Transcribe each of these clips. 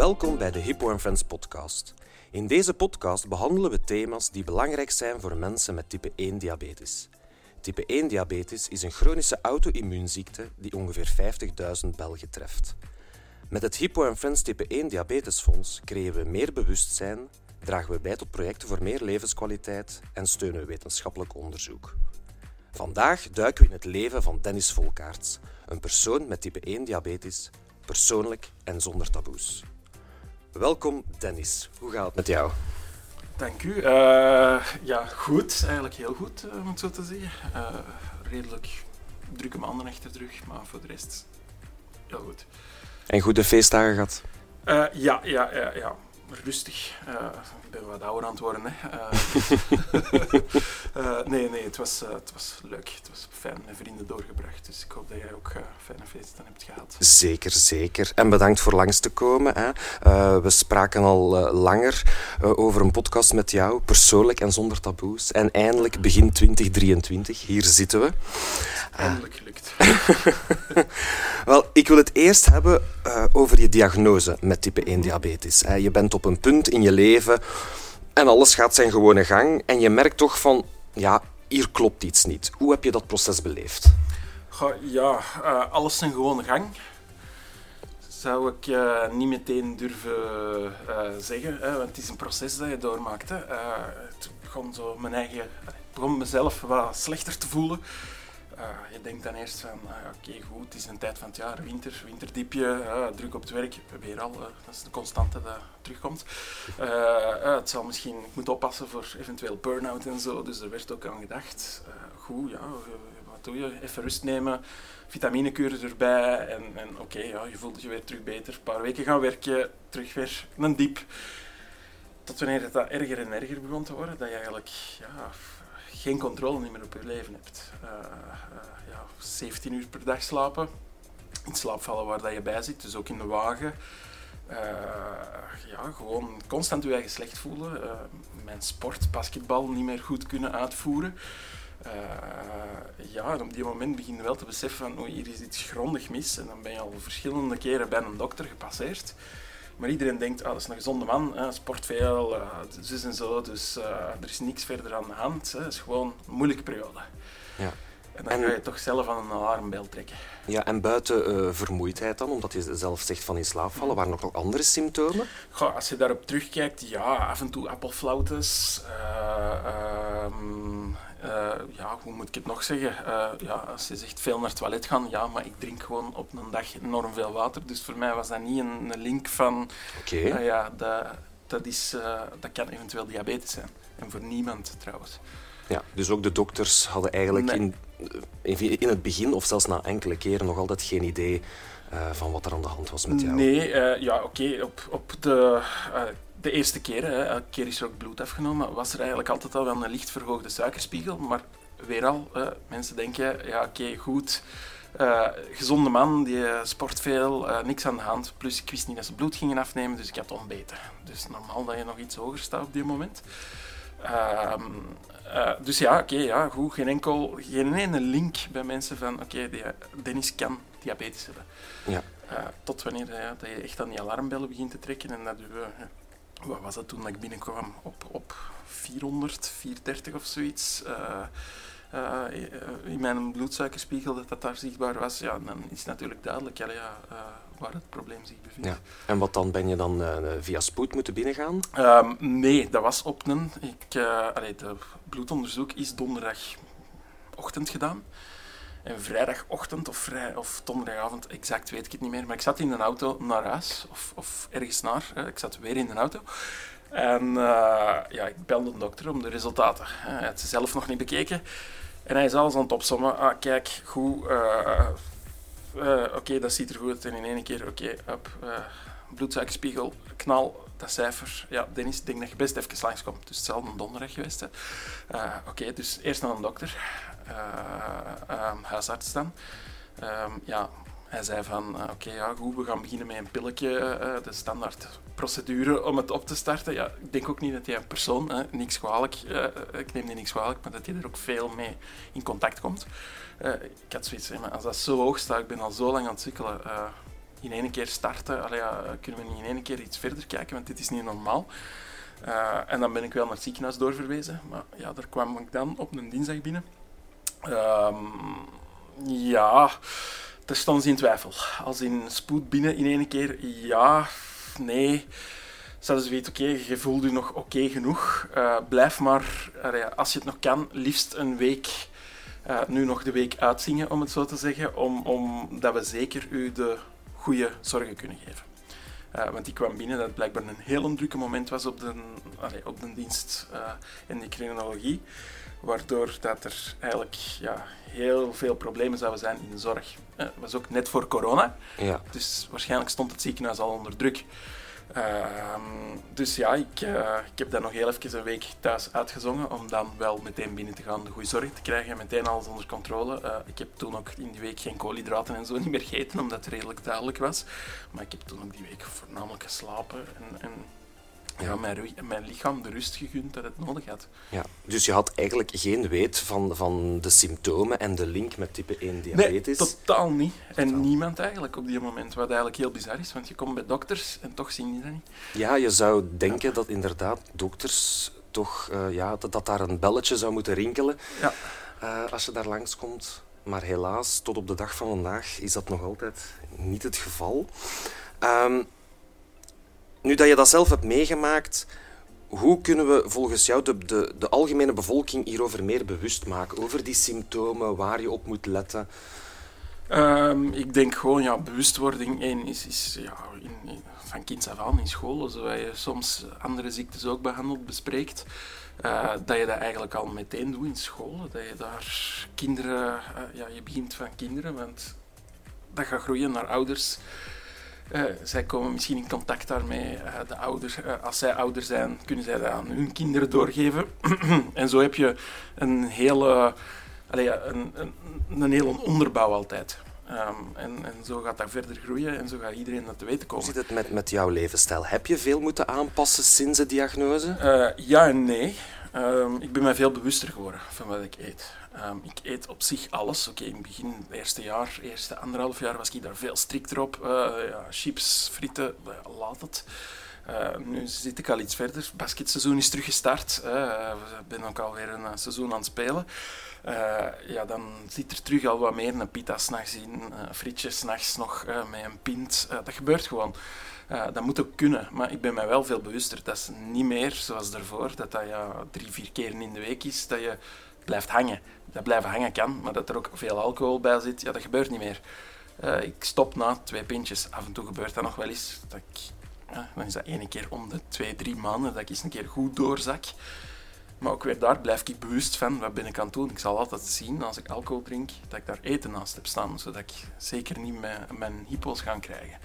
Welkom bij de Hippo & Friends podcast. In deze podcast behandelen we thema's die belangrijk zijn voor mensen met type 1 diabetes. Type 1 diabetes is een chronische auto-immuunziekte die ongeveer 50.000 Belgen treft. Met het Hippo & Friends type 1 diabetesfonds creëren we meer bewustzijn, dragen we bij tot projecten voor meer levenskwaliteit en steunen we wetenschappelijk onderzoek. Vandaag duiken we in het leven van Dennis Volkaerts, een persoon met type 1 diabetes, persoonlijk en zonder taboes. Welkom Dennis, hoe gaat het met jou? Dank u. Ja, goed. Eigenlijk heel goed, om het zo te zeggen. Redelijk drukke maanden achter de rug, maar voor de rest heel goed. En goede feestdagen gehad? Ja. Rustig. Ik ben wat ouder aan het worden, hè. Nee, het was leuk. Het was fijn met vrienden doorgebracht. Dus ik hoop dat jij ook fijne feesten hebt gehad. Zeker. En bedankt voor langs te komen. Hè. We spraken al langer over een podcast met jou, persoonlijk en zonder taboes. En eindelijk begin 2023, hier zitten we. Eindelijk gelukt. Wel, ik wil het eerst hebben over je diagnose met type 1 diabetes. Je bent op een punt in je leven en alles gaat zijn gewone gang. En je merkt toch van, ja, hier klopt iets niet. Hoe heb je dat proces beleefd? Alles zijn gewone gang. Zou ik niet meteen durven zeggen, want het is een proces dat je doormaakt. Het begon mezelf wat slechter te voelen. Je denkt dan eerst van, oké, goed, het is een tijd van het jaar, winterdiepje, druk op het werk, weer al, dat is de constante dat terugkomt. Het zal misschien, ik moet oppassen voor eventueel burn-out en zo, dus er werd ook aan gedacht. Wat doe je? Even rust nemen, vitaminekuren erbij en oké, je voelt je weer terug beter. Een paar weken gaan werken, terug weer een diep. Tot wanneer het dat erger en erger begon te worden, dat je eigenlijk, geen controle meer op je leven hebt. 17 uur per dag slapen, in slaap vallen waar dat je bij zit, dus ook in de wagen. Gewoon constant je eigen slecht voelen. Mijn sport, basketbal, niet meer goed kunnen uitvoeren. En op die moment begin je wel te beseffen van, hier is iets grondig mis. En dan ben je al verschillende keren bij een dokter gepasseerd. Maar iedereen denkt, dat is een gezonde man, sport veel, zus en zo, dus er is niks verder aan de hand. Het is gewoon een moeilijke periode. Ja. En dan ga je toch zelf aan een alarmbel trekken. Ja, en buiten vermoeidheid dan, omdat je zelf zegt van in slaap vallen, waren er nog andere symptomen? Als je daarop terugkijkt, af en toe appelflautes. Hoe moet ik het nog zeggen? Als je zegt veel naar het toilet gaan, maar ik drink gewoon op een dag enorm veel water. Dus voor mij was dat niet een link van, dat kan eventueel diabetes zijn. En voor niemand trouwens. Ja, dus ook de dokters hadden eigenlijk in het begin, of zelfs na enkele keren, nog altijd geen idee van wat er aan de hand was met jou? Nee, op de eerste keer, elke keer is er ook bloed afgenomen, was er eigenlijk altijd al wel een licht verhoogde suikerspiegel. Maar weer al, mensen denken, goed, gezonde man, die sport veel, niks aan de hand. Plus ik wist niet dat ze bloed gingen afnemen, dus ik had ontbeten. Dus normaal dat je nog iets hoger staat op die moment. Goed, geen ene link bij mensen van, Dennis kan diabetes hebben. Ja. Tot wanneer dat je echt aan die alarmbellen begint te trekken en dat wat was dat toen dat ik binnenkwam? Op 400, 430 of zoiets. In mijn bloedsuikerspiegel dat daar zichtbaar was, dan is het natuurlijk duidelijk waar het probleem zich bevindt. Ja. En wat dan? Ben je dan via spoed moeten binnengaan? Nee, dat was op een... Het bloedonderzoek is donderdagochtend gedaan. En vrijdagochtend of donderdagavond, exact weet ik het niet meer. Maar ik zat in een auto naar huis, of ergens naar. Ik zat weer in een auto. En ik belde de dokter om de resultaten. Hij had ze zelf nog niet bekeken. En hij is alles aan het opsommen. Kijk, goed. Dat ziet er goed uit. En in één keer, bloedsuikerspiegel, knal, dat cijfer. Ja, Dennis, ik denk dat je best even langskomt. Dus het zal een donderdag geweest zijn. Dus eerst naar een dokter. Huisarts dan. Hij zei van, goed, we gaan beginnen met een pilletje, de standaard procedure om het op te starten. Ja, ik denk ook niet dat hij een persoon, niks kwalijk, ik neem die niks kwalijk, maar dat hij er ook veel mee in contact komt. Ik had zoiets, maar als dat zo hoog staat, ik ben al zo lang aan het sukkelen, in één keer starten? Kunnen we niet in één keer iets verder kijken, want dit is niet normaal. En dan ben ik wel naar het ziekenhuis doorverwezen. Maar ja, daar kwam ik dan op een dinsdag binnen. Daar stonden ze in twijfel. Als in spoed binnen in één keer, ja, nee. Zouden ze weten, oké, je voelt je nog oké genoeg. Blijf maar, als je het nog kan, liefst een week, nu nog de week uitzingen, om het zo te zeggen, omdat we zeker u de goede zorgen kunnen geven. Want ik kwam binnen dat het blijkbaar een heel drukke moment was op de dienst endocrinologie, waardoor dat er eigenlijk heel veel problemen zouden zijn in de zorg. Het was ook net voor corona, dus waarschijnlijk stond het ziekenhuis al onder druk. Dus ja, ik heb dan nog heel even een week thuis uitgezongen om dan wel meteen binnen te gaan, de goede zorg te krijgen en meteen alles onder controle. Ik heb toen ook in die week geen koolhydraten en zo niet meer gegeten, omdat het redelijk duidelijk was. Maar ik heb toen ook die week voornamelijk geslapen en mijn lichaam de rust gegund dat het nodig had. Ja, dus je had eigenlijk geen weet van de symptomen en de link met type 1 diabetes? Nee, totaal niet. En niemand eigenlijk op die moment, wat eigenlijk heel bizar is, want je komt bij dokters en toch zien die dat niet. Ja, je zou denken dat inderdaad dokters toch, dat daar een belletje zou moeten rinkelen als je daar langskomt. Maar helaas, tot op de dag van vandaag is dat nog altijd niet het geval. Nu dat je dat zelf hebt meegemaakt, hoe kunnen we volgens jou de algemene bevolking hierover meer bewust maken? Over die symptomen, waar je op moet letten? Ik denk gewoon, bewustwording is van kinds af aan in school, zoals je soms andere ziektes ook behandelt, bespreekt. Dat je dat eigenlijk al meteen doet in school. Dat je daar kinderen... je begint van kinderen, want dat gaat groeien naar ouders. Zij komen misschien in contact daarmee. De ouders, als zij ouder zijn, kunnen zij dat aan hun kinderen doorgeven. En zo heb je een hele onderbouw altijd. En zo gaat dat verder groeien en zo gaat iedereen dat te weten komen. Hoe zit het met jouw levensstijl? Heb je veel moeten aanpassen sinds de diagnose? Ja en nee. Ik ben mij veel bewuster geworden van wat ik eet. Ik eet op zich alles. In het begin, het eerste 1,5 jaar, was ik daar veel strikter op. Chips, frieten, laat het. Nu zit ik al iets verder. Het basketseizoen is teruggestart. Ik ben ook alweer een seizoen aan het spelen. Dan zit er terug al wat meer een pita 's nachts in. Frietjes 's nachts nog met een pint. Dat gebeurt gewoon. Dat moet ook kunnen, maar ik ben mij wel veel bewuster. Dat is niet meer zoals daarvoor, dat 3-4 keer in de week is, dat je blijft hangen. Dat blijven hangen kan, maar dat er ook veel alcohol bij zit, dat gebeurt niet meer. Ik stop na 2 pintjes. Af en toe gebeurt dat nog wel eens. Dan is dat 1 keer om de 2-3 maanden, dat ik eens een keer goed doorzak. Maar ook weer daar blijf ik bewust van, wat ben ik aan het doen? Ik zal altijd zien, als ik alcohol drink, dat ik daar eten naast heb staan, zodat ik zeker niet mijn hypo's ga krijgen.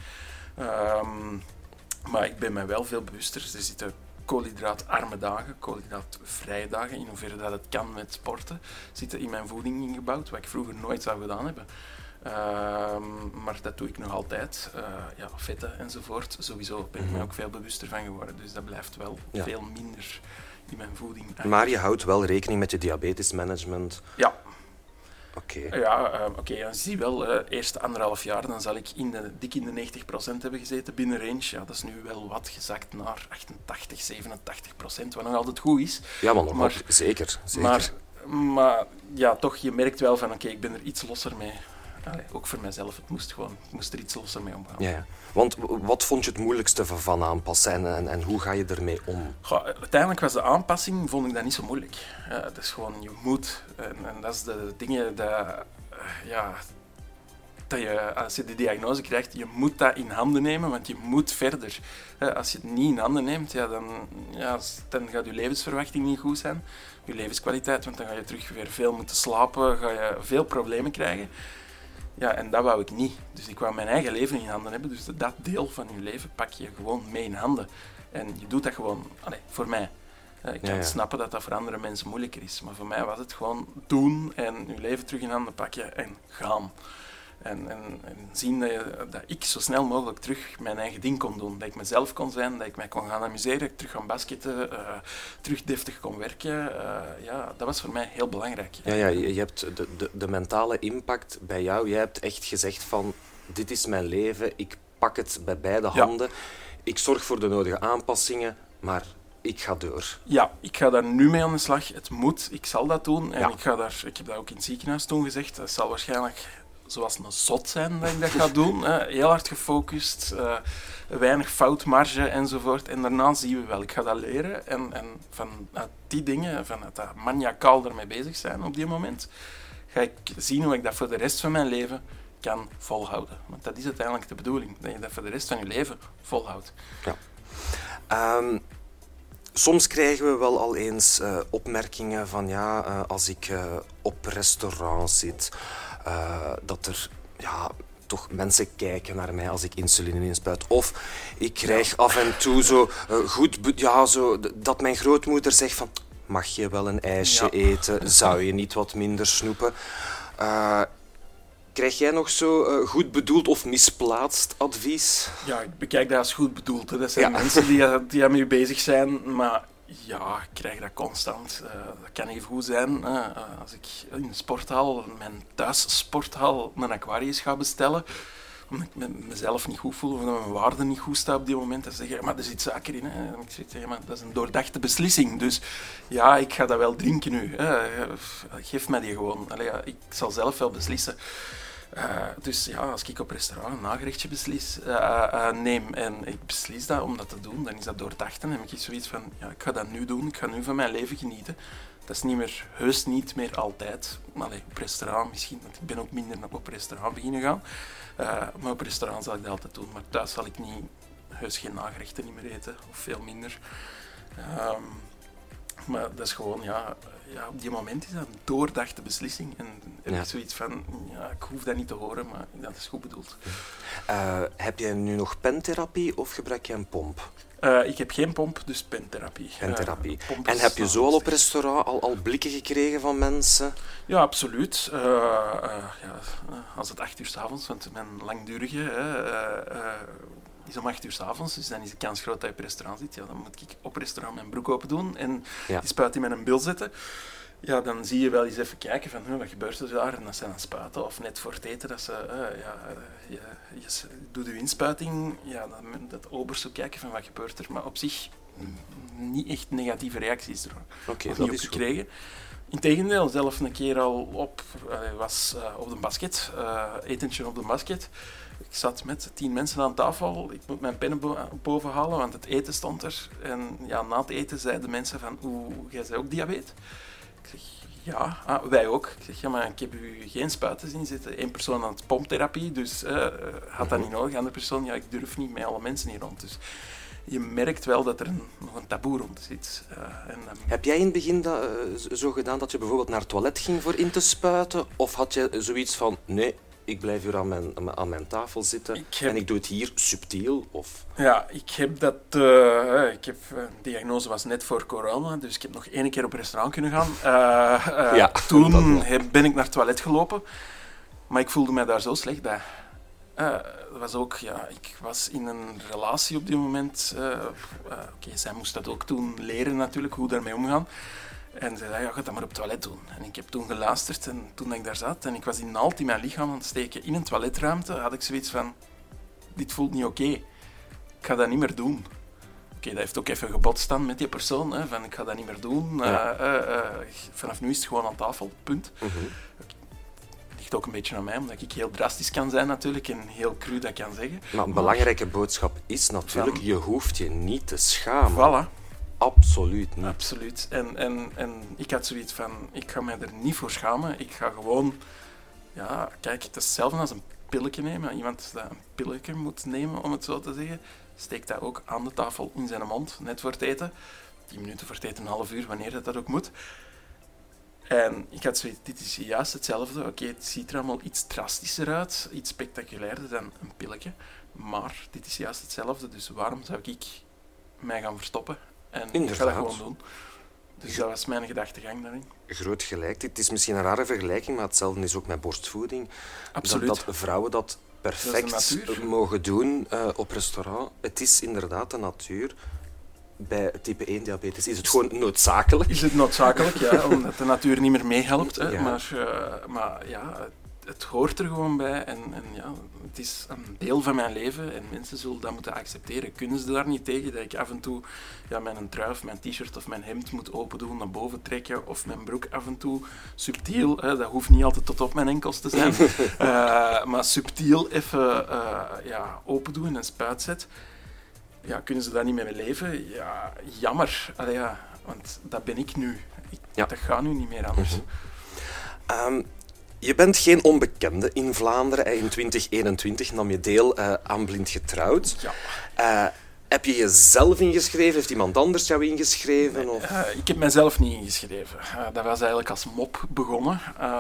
Maar ik ben mij wel veel bewuster. Er zitten koolhydraatarme dagen, koolhydraatvrije dagen, in hoeverre dat het kan met sporten, zitten in mijn voeding ingebouwd, wat ik vroeger nooit zou gedaan hebben. Maar dat doe ik nog altijd. Vetten enzovoort. Sowieso ben ik mij ook veel bewuster van geworden. Dus dat blijft wel veel minder in mijn voeding. Maar je houdt wel rekening met je diabetesmanagement? Ja. Oké. Dan zie je wel, eerst 1,5 jaar, dan zal ik dik in de 90% hebben gezeten binnen range. Ja, dat is nu wel wat gezakt naar 88-87%, wat nog altijd goed is. Ja, maar zeker. Maar toch, je merkt wel van, ik ben er iets losser mee. Ook voor mijzelf, ik moest er iets losser mee omgaan. Ja. Want wat vond je het moeilijkste van aanpassen en hoe ga je ermee om? Uiteindelijk was de aanpassing, vond ik dat niet zo moeilijk. Het is gewoon, je moet. En dat is de dingen dat je, als je de diagnose krijgt, je moet dat in handen nemen, want je moet verder. Als je het niet in handen neemt, dan gaat je levensverwachting niet goed zijn. Je levenskwaliteit, want dan ga je terug weer veel moeten slapen, ga je veel problemen krijgen. Ja, en dat wou ik niet. Dus ik wou mijn eigen leven in handen hebben. Dus dat deel van je leven pak je gewoon mee in handen. En je doet dat gewoon, voor mij. Ik kan snappen dat dat voor andere mensen moeilijker is. Maar voor mij was het gewoon doen en je leven terug in handen pakken en gaan. En zien dat ik zo snel mogelijk terug mijn eigen ding kon doen. Dat ik mezelf kon zijn, dat ik mij kon gaan amuseren, dat ik terug gaan basketten, terug deftig kon werken. Dat was voor mij heel belangrijk. Ja, je hebt de mentale impact bij jou. Jij hebt echt gezegd van, dit is mijn leven, ik pak het bij beide handen, ik zorg voor de nodige aanpassingen, maar ik ga door. Ja, ik ga daar nu mee aan de slag. Het moet, ik zal dat doen. En Ja. ik heb dat ook in het ziekenhuis toen gezegd. Het zal waarschijnlijk zoals een zot zijn dat ik dat ga doen. Heel hard gefocust, weinig foutmarge enzovoort. En daarna zien we wel. Ik ga dat leren. En vanuit die dingen, vanuit dat maniacaal ermee bezig zijn op die moment, ga ik zien hoe ik dat voor de rest van mijn leven kan volhouden. Want dat is uiteindelijk de bedoeling. Dat je dat voor de rest van je leven volhoudt. Ja. Soms krijgen we wel al eens opmerkingen van als ik op restaurant zit, dat er toch mensen kijken naar mij als ik insuline inspuit. Of ik krijg af en toe dat mijn grootmoeder zegt van, mag je wel een ijsje eten? Zou je niet wat minder snoepen? Krijg jij nog zo goed bedoeld of misplaatst advies? Ja, ik bekijk dat als goed bedoeld. Hè. Dat zijn mensen die aan mee bezig zijn, maar ja, ik krijg dat constant. Dat kan even goed zijn als ik in de sporthal, mijn thuissporthal, een Aquarius ga bestellen, omdat ik mezelf niet goed voel of dat mijn waarde niet goed staat op die moment. Dan zeg je, maar er zit suiker in. Hè. En ik zeg, maar dat is een doordachte beslissing. Dus ja, ik ga dat wel drinken nu. Geef mij die gewoon. Ik zal zelf wel beslissen. Dus ja, als ik op restaurant een nagerechtje neem en ik beslis dat om dat te doen, dan is dat doordacht. Dan heb ik zoiets van, ik ga dat nu doen, ik ga nu van mijn leven genieten. Dat is niet meer, heus niet meer altijd. Op restaurant misschien, want ik ben ook minder op restaurant beginnen gaan. Maar op restaurant zal ik dat altijd doen. Maar thuis zal ik heus geen nagerechten niet meer eten, of veel minder. Maar dat is gewoon, op die moment is dat een doordachte beslissing. En heb ik zoiets van, ik hoef dat niet te horen, maar dat is goed bedoeld. Heb jij nu nog pentherapie of gebruik je een pomp? Ik heb geen pomp, dus pentherapie. Pentherapie. En heb je zo al op restaurant al blikken gekregen van mensen? Ja, absoluut. Als het 8 uur 's avonds, want mijn langdurige is om 8 uur 's avonds, dus dan is de kans groot dat je op restaurant zit. Ja, dan moet ik op restaurant mijn broek open doen en die spuit in mijn bil zetten. Ja, dan zie je wel eens even kijken van wat gebeurt er daar. En dat zijn dan spuiten, of net voor het eten, dat ze, je doet je inspuiting, dat obers zo kijken van wat gebeurt er. Maar op zich niet echt negatieve reacties er dat is gekregen. Integendeel, zelf een keer al was op de basket, etentje op de basket. Ik zat met 10 mensen aan tafel. Ik moet mijn pennen boven halen, want het eten stond er. En na het eten zeiden mensen van, jij bent ook diabetes? Ik zeg, ja, wij ook. Ik zeg, maar ik heb u geen spuiten zien zitten. 1 persoon aan het pomptherapie, dus had dat niet nodig. Andere persoon, ik durf niet met alle mensen hier rond. Dus je merkt wel dat er nog een taboe rond zit. Heb jij in het begin zo gedaan dat je bijvoorbeeld naar het toilet ging voor in te spuiten? Of had je zoiets van, nee, ik blijf hier aan mijn tafel zitten en ik doe het hier subtiel? Of? Ja, ik heb dat... de diagnose was net voor corona, dus ik heb nog 1 keer op restaurant kunnen gaan. Toen ben ik naar het toilet gelopen, maar ik voelde mij daar zo slecht bij. Dat was ook, ik was in een relatie op die moment. Zij moest dat ook toen leren natuurlijk, hoe daarmee omgaan. En ze zei, ga dat maar op het toilet doen. En ik heb toen geluisterd en toen ik daar zat en ik was die naald in mijn lichaam aan het steken in een toiletruimte, had ik zoiets van, dit voelt niet oké. Ik ga dat niet meer doen. Dat heeft ook even gebotst dan met die persoon, van ik ga dat niet meer doen. Vanaf nu is het gewoon aan tafel, punt. Ligt ook een beetje aan mij, omdat ik heel drastisch kan zijn natuurlijk en heel cru dat kan zeggen. Maar een belangrijke boodschap is natuurlijk, je hoeft je niet te schamen. Voilà. Absoluut niet. Absoluut. En ik had zoiets van, ik ga mij er niet voor schamen. Ik ga gewoon, kijk, het is hetzelfde als een pilletje nemen. Iemand dat een pilletje moet nemen, om het zo te zeggen, steekt dat ook aan de tafel in zijn mond, net voor het eten. 10 minuten voor het eten, een half uur, wanneer dat ook moet. En ik had zoiets, dit is juist hetzelfde. Het ziet er allemaal iets drastischer uit, iets spectaculairder dan een pilletje. Maar dit is juist hetzelfde, dus waarom zou ik mij gaan verstoppen? En inderdaad. Ik ga dat gewoon doen. Dus dat was mijn gedachtegang daarin. Groot gelijk. Het is misschien een rare vergelijking, maar hetzelfde is ook met borstvoeding. Absoluut. Dat vrouwen dat perfect mogen doen op restaurant. Het is inderdaad de natuur. Bij type 1 diabetes is het gewoon noodzakelijk. Is het noodzakelijk, omdat de natuur niet meer meehelpt. Hè? Ja. Maar het hoort er gewoon bij. En ja, het is een deel van mijn leven en mensen zullen dat moeten accepteren. Kunnen ze daar niet tegen dat ik af en toe mijn trui of mijn t-shirt of mijn hemd moet open doen, naar boven trekken, of mijn broek af en toe subtiel, dat hoeft niet altijd tot op mijn enkels te zijn, maar subtiel even open doen en spuit zet. Ja, kunnen ze daar niet mee leven? Ja, jammer. Allee, ja, want dat ben ik nu. Dat gaat nu niet meer anders. Je bent geen onbekende in Vlaanderen. In 2021 nam je deel aan Blind Getrouwd. Ja. Heb je jezelf ingeschreven? Heeft iemand anders jou ingeschreven? Nee, ik heb mijzelf niet ingeschreven. Dat was eigenlijk als mop begonnen.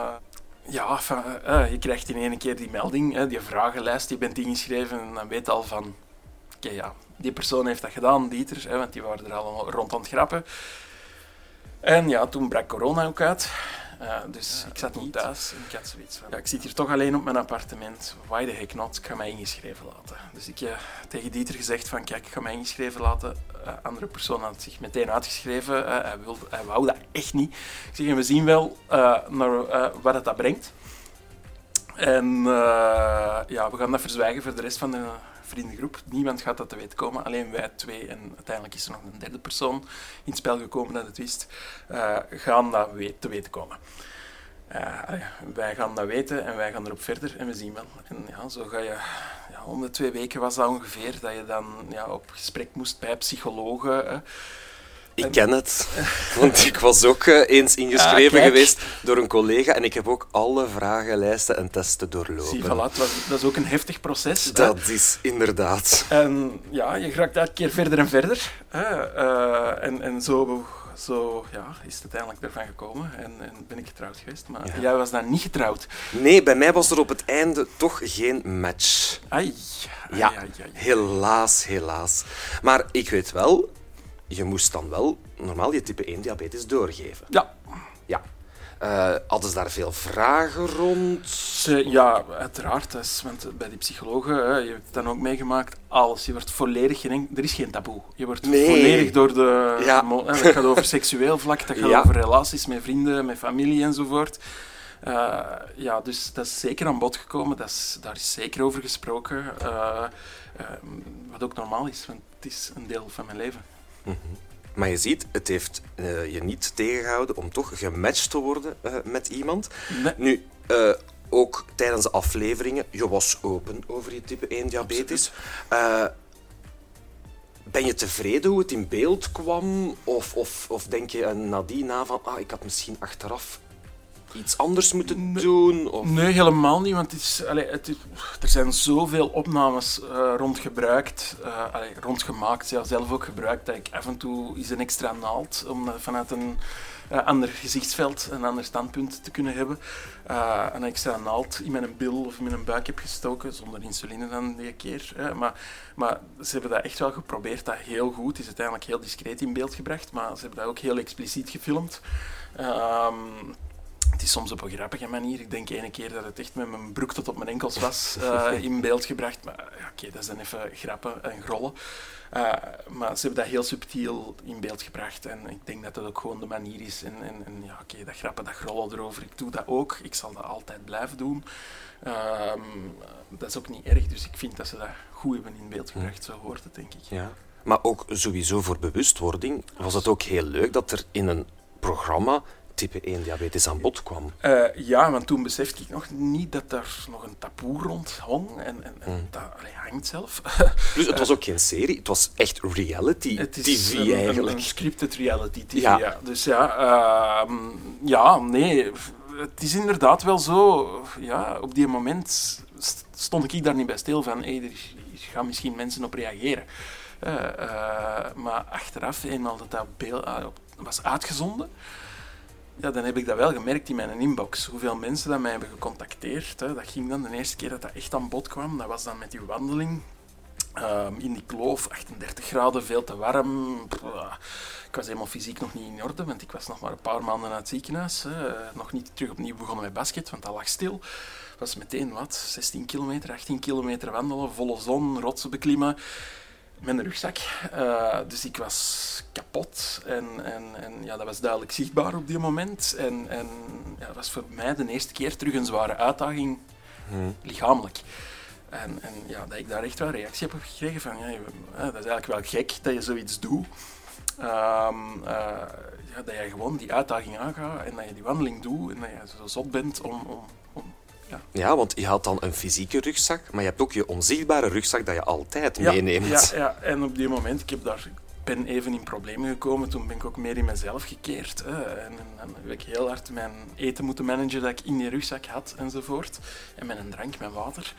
Je krijgt in één keer die melding, die vragenlijst, je bent ingeschreven en dan weet je al van... Die persoon heeft dat gedaan, Dieter, want die waren er al rond aan het grappen. En ja, toen brak corona ook uit. Dus ik zat niet thuis en ik had zoiets van... ik zit hier toch alleen op mijn appartement. Why the heck not? Ik ga mij ingeschreven laten. Dus ik heb tegen Dieter gezegd van, kijk, ik ga mij ingeschreven laten. Andere persoon had zich meteen uitgeschreven. Hij wou dat echt niet. Ik zeg, we zien wel naar wat dat brengt. En we gaan dat verzwijgen voor de rest van de vriendengroep. Niemand gaat dat te weten komen, alleen wij twee. En uiteindelijk is er nog een derde persoon in het spel gekomen dat het wist. Gaan dat te weten komen. Wij gaan dat weten en wij gaan erop verder en we zien wel. En ja, zo ga je... om de 2 weken was dat ongeveer, dat je dan op gesprek moest bij psychologen. Ik ken het, want ik was ook eens ingeschreven geweest door een collega en ik heb ook alle vragenlijsten en testen doorlopen. Zie, voilà, dat is ook een heftig proces. Dat is inderdaad. En ja, je raakt elke keer verder en verder. En zo is het uiteindelijk ervan gekomen en ben ik getrouwd geweest. Maar jij was dan niet getrouwd. Nee, bij mij was er op het einde toch geen match. Ai. Helaas. Maar ik weet wel... Je moest dan wel normaal je type 1 diabetes doorgeven. Ja. Hadden ze daar veel vragen rond? Ja, uiteraard. Want bij die psychologen, je hebt het dan ook meegemaakt, alles. Je wordt volledig... Er is geen taboe. Je wordt volledig door de... Dat gaat over seksueel vlak, dat gaat over relaties met vrienden, met familie enzovoort. Dus dat is zeker aan bod gekomen. Daar is zeker over gesproken. Wat ook normaal is, want het is een deel van mijn leven. Mm-hmm. Maar je ziet, het heeft je niet tegengehouden om toch gematcht te worden met iemand. Nee. Nu, ook tijdens de afleveringen, je was open over je type 1 diabetes. Ben je tevreden hoe het in beeld kwam? Of denk je nadien na van, ik had misschien achteraf iets anders moeten doen? Of... Nee, helemaal niet, want er zijn zoveel opnames rondgemaakt, zelf ook gebruikt, dat ik af en toe eens een extra naald, om vanuit een ander gezichtsveld, een ander standpunt te kunnen hebben, een extra naald in mijn bil of in mijn buik heb gestoken, zonder insuline dan die keer. Maar ze hebben dat echt wel geprobeerd, dat heel goed. Het is uiteindelijk heel discreet in beeld gebracht, maar ze hebben dat ook heel expliciet gefilmd. Het is soms op een grappige manier. Ik denk ene keer dat het echt met mijn broek tot op mijn enkels was in beeld gebracht. Maar dat is dan even grappen en grollen. Maar ze hebben dat heel subtiel in beeld gebracht. En ik denk dat dat ook gewoon de manier is. Dat grappen, dat grollen erover. Ik doe dat ook. Ik zal dat altijd blijven doen. Dat is ook niet erg. Dus ik vind dat ze dat goed hebben in beeld gebracht. Zo hoort het, denk ik. Ja. Maar ook sowieso voor bewustwording was het ook heel leuk dat er in een programma type 1 diabetes aan bod kwam. Want toen besefte ik nog niet dat daar nog een taboe rond hong. En dat hangt zelf. Dus het was ook geen serie, het was echt reality TV eigenlijk. Een scripted reality TV, ja. Dus het is inderdaad wel zo. Ja, op die moment stond ik daar niet bij stil van, er gaan misschien mensen op reageren. Maar achteraf, eenmaal dat beeld was uitgezonden, dan heb ik dat wel gemerkt in mijn inbox. Hoeveel mensen dat mij hebben gecontacteerd. Dat ging dan de eerste keer dat echt aan bod kwam. Dat was dan met die wandeling in die kloof, 38 graden, veel te warm. Ik was helemaal fysiek nog niet in orde, want ik was nog maar een paar maanden uit het ziekenhuis. Nog niet terug opnieuw begonnen met basket, want dat lag stil. Het was meteen 16 kilometer, 18 kilometer wandelen, volle zon, rotsen beklimmen. met een rugzak. Dus ik was kapot en ja, dat was duidelijk zichtbaar op die moment. En ja, dat was voor mij de eerste keer terug een zware uitdaging, lichamelijk. En ja, dat ik daar echt wel reactie heb op gekregen van, ja, dat is eigenlijk wel gek dat je zoiets doet. Ja, dat je gewoon die uitdaging aangaat en dat je die wandeling doet en dat je zo zot bent om Ja, want je had dan een fysieke rugzak, maar je hebt ook je onzichtbare rugzak dat je altijd meeneemt. Ja, en op die moment, ik ben even in problemen gekomen. Toen ben ik ook meer in mezelf gekeerd. En heb ik heel hard mijn eten moeten managen dat ik in die rugzak had enzovoort. En met een drank, met water.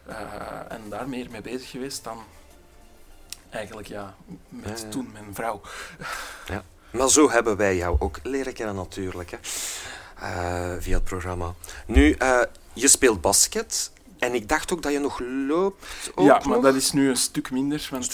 En daar meer mee bezig geweest dan eigenlijk met toen mijn vrouw. Ja. Maar zo hebben wij jou ook leren kennen natuurlijk, hè. Via het programma. Nu, je speelt basket en ik dacht ook dat je nog loopt. Maar dat is nu een stuk minder. Want,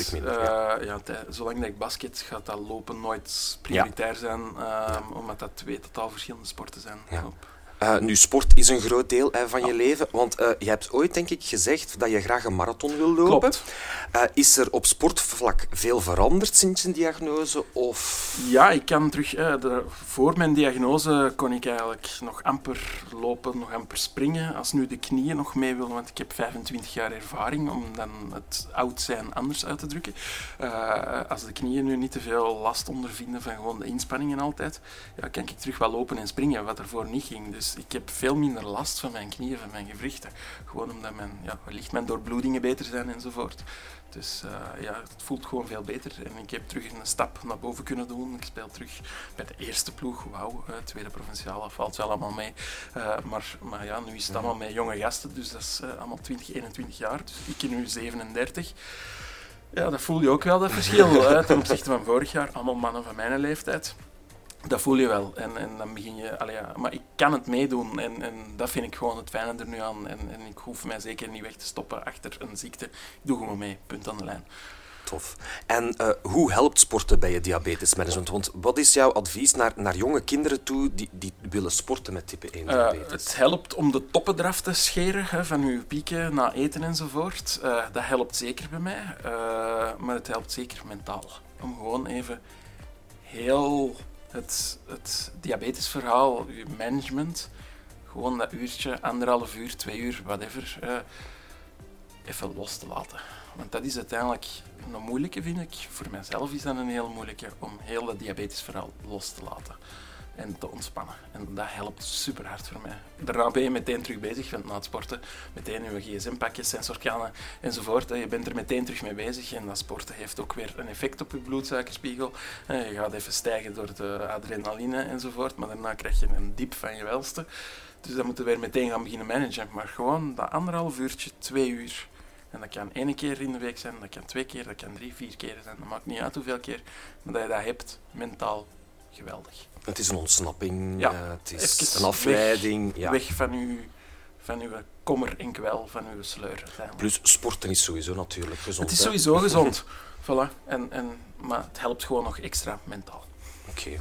zolang dat ik basket, gaat dat lopen nooit prioritair zijn, omdat dat 2 totaal verschillende sporten zijn. Ja. Nu, sport is een groot deel van je leven, want je hebt ooit, denk ik, gezegd dat je graag een marathon wil lopen. Klopt. Is er op sportvlak veel veranderd sinds een diagnose? Of? Ja, ik kan terug... voor mijn diagnose kon ik eigenlijk nog amper lopen, nog amper springen. Als nu de knieën nog mee willen, want ik heb 25 jaar ervaring, om dan het oud zijn anders uit te drukken. Als de knieën nu niet te veel last ondervinden van gewoon de inspanningen altijd, ja, kan ik terug wel lopen en springen, wat ervoor niet ging. Dus ik heb veel minder last van mijn knieën, van mijn gewrichten. Gewoon omdat wellicht mijn doorbloedingen beter zijn enzovoort. Dus het voelt gewoon veel beter. En ik heb terug een stap naar boven kunnen doen. Ik speel terug bij de eerste ploeg. Wauw, tweede provinciale, valt wel allemaal mee. Maar ja, nu is het allemaal met jonge gasten. Dus dat is allemaal 20, 21 jaar. Dus ik nu 37. Ja, dat voel je ook wel, dat verschil. Ten opzichte van vorig jaar. Allemaal mannen van mijn leeftijd. Dat voel je wel. En dan begin je... maar ik kan het meedoen. En dat vind ik gewoon het fijne er nu aan. En ik hoef mij zeker niet weg te stoppen achter een ziekte. Ik doe gewoon mee. Punt aan de lijn. Tof. En hoe helpt sporten bij je diabetesmanagement? Want wat is jouw advies naar jonge kinderen toe die willen sporten met type 1 diabetes? Het helpt om de toppen eraf te scheren, van je pieken na eten enzovoort. Dat helpt zeker bij mij. Maar het helpt zeker mentaal. Om gewoon even heel... Het diabetesverhaal, je management, gewoon dat uurtje, 1,5 uur, 2 uur, whatever, even los te laten. Want dat is uiteindelijk een moeilijke, vind ik. Voor mijzelf is dat een heel moeilijke, om heel dat diabetesverhaal los te laten en te ontspannen. En dat helpt super hard voor mij. Daarna ben je meteen terug bezig, want na het sporten, meteen je gsm-pakjes, sensorkanen enzovoort. Je bent er meteen terug mee bezig en dat sporten heeft ook weer een effect op je bloedsuikerspiegel. Je gaat even stijgen door de adrenaline enzovoort, maar daarna krijg je een diep van je welste. Dus dan moeten we weer meteen gaan beginnen managen. Maar gewoon dat 1,5 uurtje, 2 uur. En dat kan 1 keer in de week zijn, dat kan 2 keer, dat kan 3, 4 keer zijn. Dat maakt niet uit hoeveel keer, maar dat je dat hebt, mentaal geweldig. Het is een ontsnapping, het is even een afleiding. Weg van uw kommer en kwel, van uw sleur. Plus, sporten is sowieso natuurlijk gezond. Het is sowieso gezond. Voilà. Maar het helpt gewoon nog extra mentaal. Oké.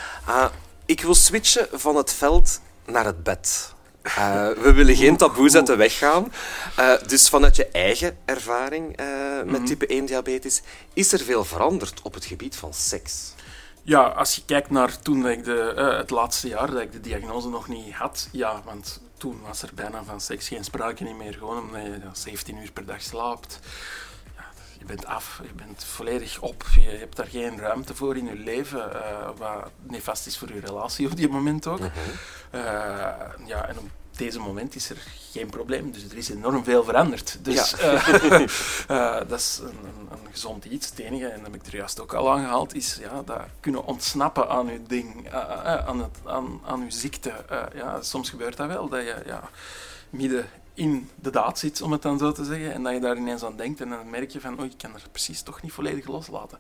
Ik wil switchen van het veld naar het bed. We willen geen taboes uit de weg gaan. Dus vanuit je eigen ervaring met type 1 diabetes, is er veel veranderd op het gebied van seks? Ja, als je kijkt naar toen ik het laatste jaar dat ik de diagnose nog niet had, ja, want toen was er bijna van seks geen sprake niet meer, gewoon omdat je 17 uur per dag slaapt. Ja, je bent af, je bent volledig op, je hebt daar geen ruimte voor in je leven, wat nefast is voor je relatie op die moment ook. En op deze moment is er geen probleem, dus er is enorm veel veranderd. Dus dat is een gezond iets. Het enige, en dat heb ik er juist ook al aangehaald, is dat kunnen ontsnappen aan je ding, aan je ziekte. Soms gebeurt dat wel, dat je midden in de daad zit, om het dan zo te zeggen, en dat je daar ineens aan denkt en dan merk je van, ik kan er precies toch niet volledig loslaten.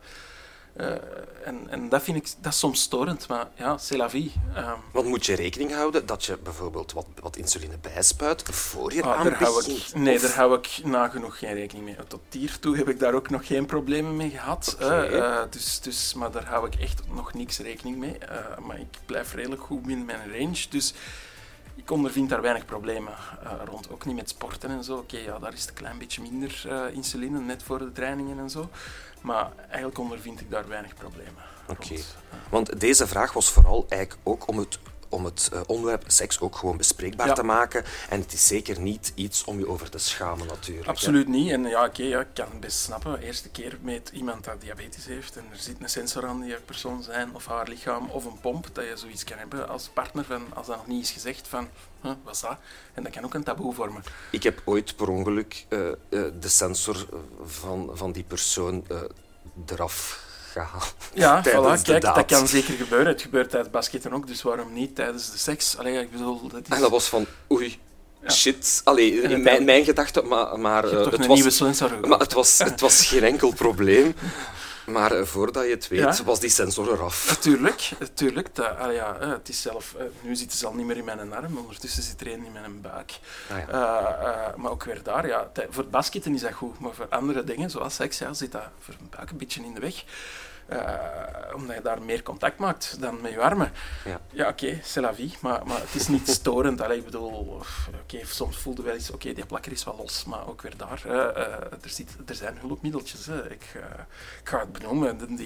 En dat vind ik dat is soms storend, maar ja, c'est la vie. Want moet je rekening houden dat je bijvoorbeeld wat insuline bijspuit voor je aan begint? Nee, daar hou ik nagenoeg geen rekening mee. Tot hiertoe heb ik daar ook nog geen problemen mee gehad. Okay. Maar daar hou ik echt nog niks rekening mee. Maar ik blijf redelijk goed binnen mijn range. Dus ik ondervind daar weinig problemen rond. Ook niet met sporten en zo. Oké, ja, daar is het een klein beetje minder insuline, net voor de trainingen en zo. Maar eigenlijk ondervind ik daar weinig problemen rond. Oké. Want deze vraag was vooral eigenlijk ook om het onderwerp seks ook gewoon bespreekbaar te maken. En het is zeker niet iets om je over te schamen, natuurlijk. Absoluut niet. En ja, oké, ik kan het best snappen. Eerste keer met iemand dat diabetes heeft en er zit een sensor aan die persoon zijn of haar lichaam of een pomp, dat je zoiets kan hebben als partner, als dat nog niet is gezegd van, wat is dat? En dat kan ook een taboe vormen. Ik heb ooit per ongeluk de sensor van die persoon eraf gehaald. Ja, tijdens voilà, kijk, daad. dat kan zeker gebeuren. Het gebeurt tijdens basketten ook, dus waarom niet tijdens de seks? Allee, ik bedoel, dat is... En dat was van, oei, Ja. shit. Allee, in mijn gedachten, maar Je hebt toch het een was... nieuwe sensor gekocht? Maar het was geen enkel probleem. Maar voordat je het weet, Ja. was die sensor eraf. Tuurlijk. Het is zelf... nu zitten ze al niet meer in mijn arm, ondertussen zit er een in mijn buik. Ah, ja. Maar ook weer daar, ja. Voor het basketten is dat goed, maar voor andere dingen, zoals seks, ja, zit dat voor een buik een beetje in de weg. Omdat je daar meer contact maakt dan met je armen. Ja, oké, c'est la vie, maar het is niet storend. Allee, ik bedoel, soms voelde wel eens, die plakker is wel los, maar ook weer daar. Er zijn hulpmiddeltjes. Hè. Ik ga het benoemen, de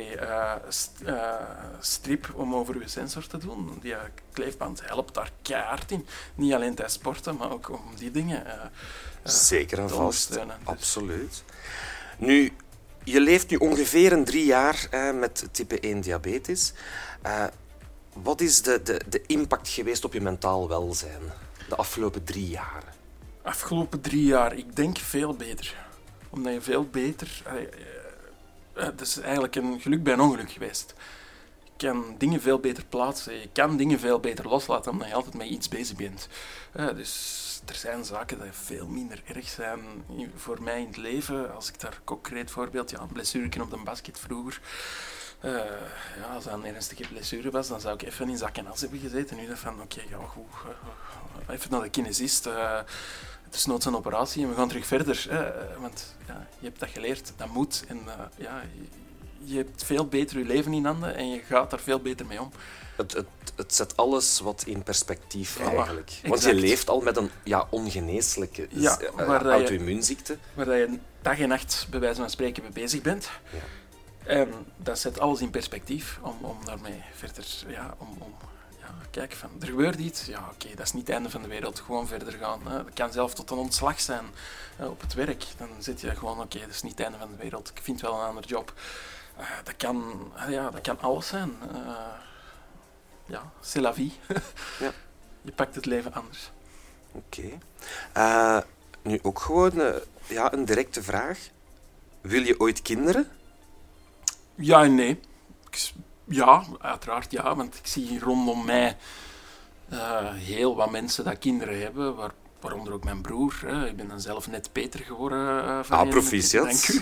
DHC-strip om over je sensor te doen. Die kleefband helpt daar keihard in. Niet alleen tijdens sporten, maar ook om die dingen Zeker en te vast, ondersteunen. Dus. absoluut. Nu, je leeft nu ongeveer een 3 jaar met type 1 diabetes. Wat is de impact geweest op je mentaal welzijn de afgelopen 3 jaar? Afgelopen 3 jaar, ik denk veel beter. Omdat je veel beter... Het is eigenlijk een geluk bij een ongeluk geweest. Je kan dingen veel beter plaatsen. Je kan dingen veel beter loslaten omdat je altijd met iets bezig bent. Dus er zijn zaken die veel minder erg zijn voor mij in het leven. Als ik daar concreet voorbeeld, een blessure op de basket vroeger. Als dat een ernstige blessure was, dan zou ik even in zak en as hebben gezeten. Nu dacht van, even naar de kinesist. Het is noods een operatie en we gaan terug verder. Want je hebt dat geleerd, dat moet. En je hebt veel beter je leven in handen en je gaat daar veel beter mee om. Het zet alles wat in perspectief eigenlijk. Exact. Want je leeft al met een ongeneeslijke auto-immuunziekte. Waar je dag en nacht bij wijze van spreken mee bezig bent. Ja. En dat zet alles in perspectief om daarmee verder... Kijk, er gebeurt iets. Ja, dat is niet het einde van de wereld. Gewoon verder gaan. Hè. Dat kan zelf tot een ontslag zijn op het werk. Dan zit je gewoon, dat is niet het einde van de wereld. Ik vind wel een ander job. Dat kan alles zijn. C'est la vie. Ja. Je pakt het leven anders. Oké. Nu ook gewoon een directe vraag. Wil je ooit kinderen? Ja en nee. Ja, uiteraard ja, want ik zie rondom mij heel wat mensen dat kinderen hebben, waaronder ook mijn broer. Ik ben dan zelf net Peter geworden. Proficiat. Dank u.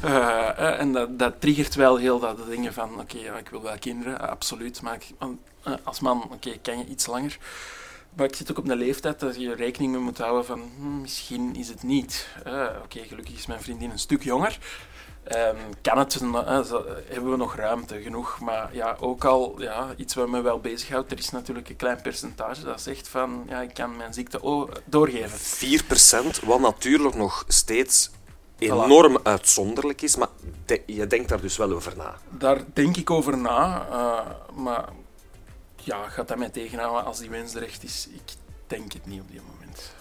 En dat triggert wel heel dat de dingen van, ik wil wel kinderen, absoluut, maar als man kan je iets langer. Maar ik zit ook op een leeftijd dat je rekening mee moet houden van, misschien is het niet. Gelukkig is mijn vriendin een stuk jonger. Kan het, hebben we nog ruimte genoeg, maar ook al iets wat me wel bezighoudt, er is natuurlijk een klein percentage dat zegt van, ik kan mijn ziekte doorgeven. 4%, wat natuurlijk nog steeds enorm uitzonderlijk is, maar je denkt daar dus wel over na. Daar denk ik over na, maar gaat dat mij tegenhouden als die wens er echt is? Ik denk het niet op dit moment.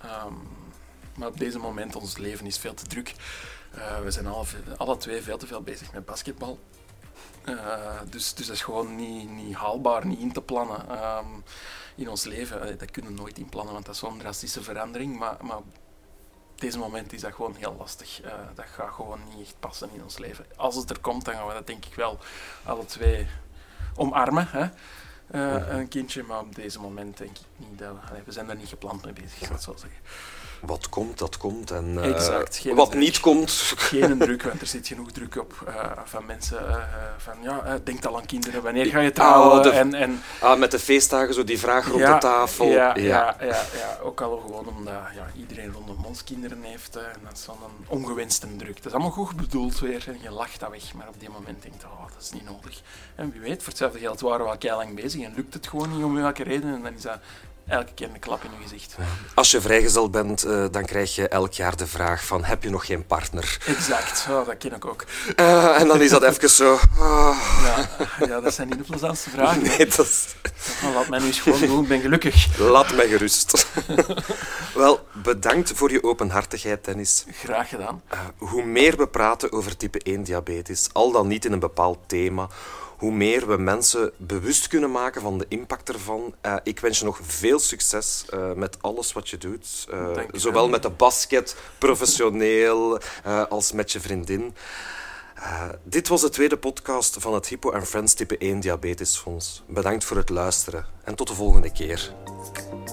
Maar op deze moment, ons leven is veel te druk. We zijn alle twee veel te veel bezig met basketbal. Dus dat is gewoon niet haalbaar, niet in te plannen in ons leven. Dat kunnen we nooit inplannen, want dat is zo'n drastische verandering. Maar op deze moment is dat gewoon heel lastig. Dat gaat gewoon niet echt passen in ons leven. Als het er komt, dan gaan we dat denk ik wel alle twee omarmen. Hè? Een kindje, maar op deze moment denk ik niet dat we zijn daar niet gepland mee bezig, zou ik zo zeggen. Wat komt, dat komt. En exact, wat druk. Niet komt... Geen druk, want er zit genoeg druk op van mensen. Denk al aan kinderen, wanneer ga je trouwen? Met de feestdagen, zo die vraag rond de tafel. Ja, ook al gewoon omdat iedereen rondom ons kinderen heeft. En dat is zo'n ongewenste druk. Dat is allemaal goed bedoeld weer en je lacht dat weg. Maar op die moment denkt je, dat is niet nodig. En wie weet, voor hetzelfde geld waren we al keilang bezig en lukt het gewoon niet om welke reden. En dan is dat elke keer een klap in je gezicht. Als je vrijgezel bent, dan krijg je elk jaar de vraag van heb je nog geen partner? Exact, dat ken ik ook. En dan is dat even zo... Ja, dat zijn niet de plezantste vragen. Nee, dat is... Laat mij nu eens gewoon doen, ik ben gelukkig. Laat mij gerust. Wel, bedankt voor je openhartigheid, Dennis. Graag gedaan. Hoe meer we praten over type 1 diabetes, al dan niet in een bepaald thema, hoe meer we mensen bewust kunnen maken van de impact ervan. Ik wens je nog veel succes met alles wat je doet. Zowel met de basket, professioneel, als met je vriendin. Dit was de tweede podcast van het Hypo & Friends type 1 Diabetesfonds. Bedankt voor het luisteren en tot de volgende keer.